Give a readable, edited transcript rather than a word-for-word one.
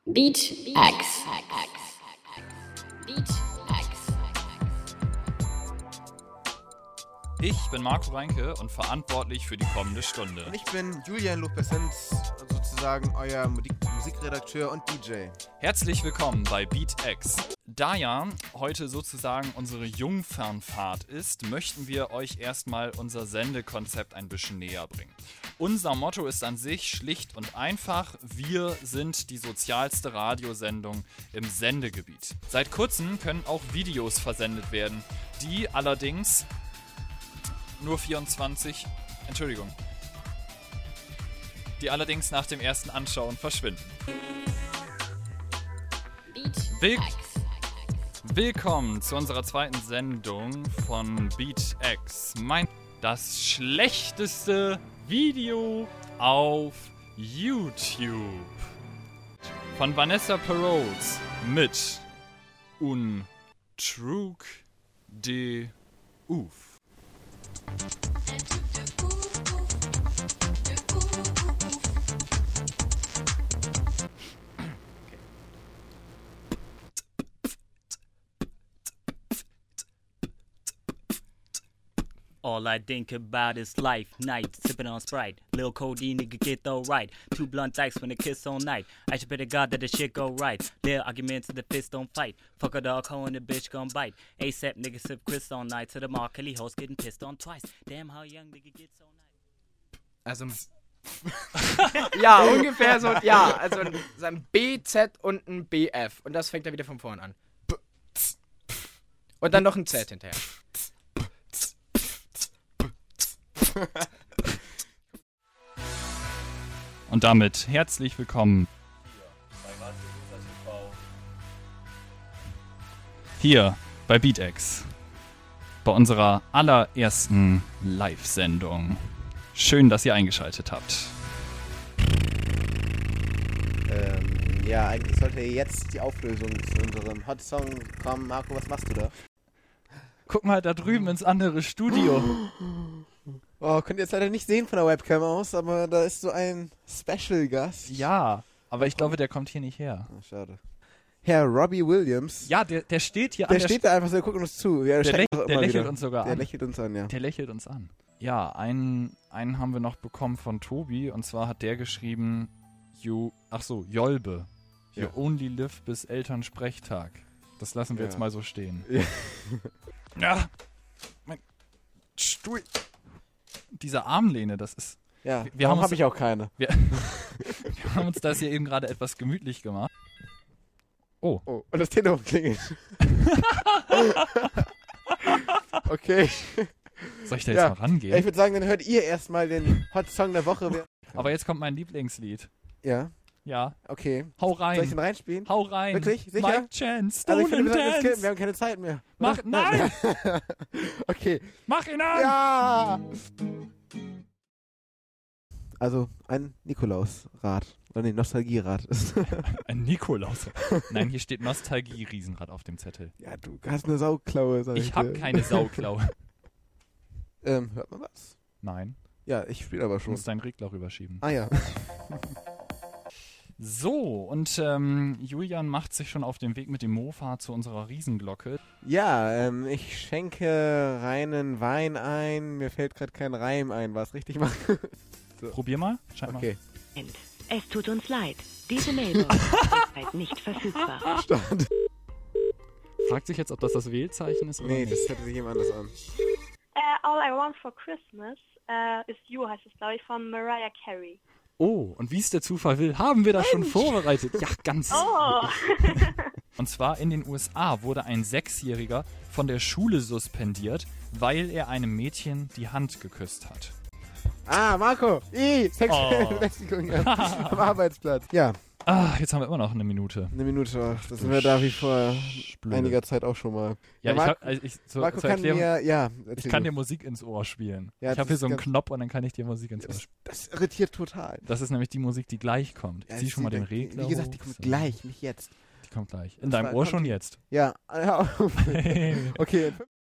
BeatX. Ich bin Marco Reinke und verantwortlich für die kommende Stunde. Und ich bin Julian Lopez-Hens, sozusagen euer Musikredakteur und DJ. Herzlich willkommen bei BeatX. Da ja heute sozusagen unsere Jungfernfahrt ist, möchten wir euch erstmal unser Sendekonzept ein bisschen näher bringen. Unser Motto ist an sich schlicht und einfach: Wir sind die sozialste Radiosendung im Sendegebiet. Seit kurzem können auch Videos versendet werden, die allerdings die allerdings nach dem ersten Anschauen verschwinden. Willkommen zu unserer zweiten Sendung von BeatX. Das schlechteste Video auf YouTube. Von Vanessa Perrault mit Un Truc de Ouf. All I think about is life, night, sipping on Sprite. Lil' codeine, nigga get though right. Two blunt dykes when they kiss all night. I should pray to God that the shit go right. Their arguments and the fist don't fight. Fuck a dog, hoe and the bitch gon' bite. ASAP nigga sip Chris all night. To the Mark Kelly host getting pissed on twice. Damn how young nigga gets all night. Also, ja, ungefähr so, ja, also ein B, Z und ein BF. Und das fängt dann wieder von vorn an. Und dann noch ein Z hinterher. Und damit herzlich willkommen hier bei BeatX, bei unserer allerersten Live-Sendung. Schön, dass ihr eingeschaltet habt. Ja, eigentlich sollte jetzt die Auflösung zu unserem Hot Song kommen. Marco, was machst du da? Guck mal da drüben ins andere Studio. Oh, könnt ihr jetzt leider nicht sehen von der Webcam aus, aber da ist so ein Special-Gast. Ja, aber ich glaube, der kommt hier nicht her. Oh, schade. Herr Robbie Williams. Ja, der steht hier Der steht da einfach so, der guckt uns zu. Ja, der lächelt wieder. uns sogar Der an. lächelt uns an, ja. Der lächelt uns an. Ja, einen haben wir noch bekommen von Tobi, und zwar hat der geschrieben, Jolbe. You Ja. only live bis Elternsprechtag. Das lassen wir Ja. jetzt mal so stehen. Ja. Ja, mein Stuhl. Diese Armlehne, das ist... Ja, Wir haben warum uns- habe ich auch keine. Wir haben uns das hier eben gerade etwas gemütlich gemacht. Oh. Oh, und das Telefon klingelt. Okay. Soll ich da jetzt Ja. mal rangehen? Ja, ich würde sagen, dann hört ihr erstmal den Hot Song der Woche. Aber jetzt kommt mein Lieblingslied. Ja, Ja, okay. hau Soll ich rein. den reinspielen? Hau rein. Wirklich? Sicher? Mike Chance, Also ich Stone finde, and wir sollten jetzt Dance. wir haben keine Zeit mehr. Mach, Oder? nein! Okay. Mach ihn an! Ja! Also ein Nikolausrad. Oder nee, Nostalgierad. Ein Nikolaus. Nein, hier steht Nostalgie-Riesenrad auf dem Zettel. Ja, du hast eine Sauklaue, sag ich Ich hab dir. keine Sauklaue. Hört man was? Nein, Ja, ich spiele aber du schon. musst deinen Regler rüberschieben. Ah ja. So, und Julian macht sich schon auf den Weg mit dem Mofa zu unserer Riesenglocke. Ja, ich schenke reinen Wein ein. Mir fällt gerade kein Reim ein, was richtig mache. Probier mal. Scheint Okay. Es tut uns leid. Diese Mailbox ist derzeit nicht verfügbar. Start. mal. Fragt sich jetzt, ob das Wählzeichen ist oder Nee, nicht. das hört sich jemand anders an. All I Want for Christmas is You heißt es, glaube ich, von Mariah Carey. Oh, und wie es der Zufall will, haben wir das schon vorbereitet. Ja, ganz. Oh! Und zwar in den USA wurde ein 6-Jähriger von der Schule suspendiert, weil er einem Mädchen die Hand geküsst hat. Ah, Marco! Sexuelle Oh. Belästigung ja. Am Arbeitsplatz. Ja, Jetzt haben wir immer noch eine Minute. eine Minute. Das sind wir da wie vor Blöde. einiger Zeit auch schon mal. Ja, Marco, zur Marco kann Erklärung, mir, ja, ich erzähl kann du. dir Musik ins Ohr spielen. Ja, ich das habe hier ist so einen ganz- Knopf und dann kann ich dir Musik ins Ohr spielen. Das irritiert total. Das ist nämlich die Musik, die gleich kommt. Ich Ja, zieh schon mal den die- Regler Wie gesagt, die hoch. kommt So. gleich, nicht jetzt. Die kommt gleich. In Und deinem zwar Ohr kommt schon die- jetzt. Ja, ja. Okay.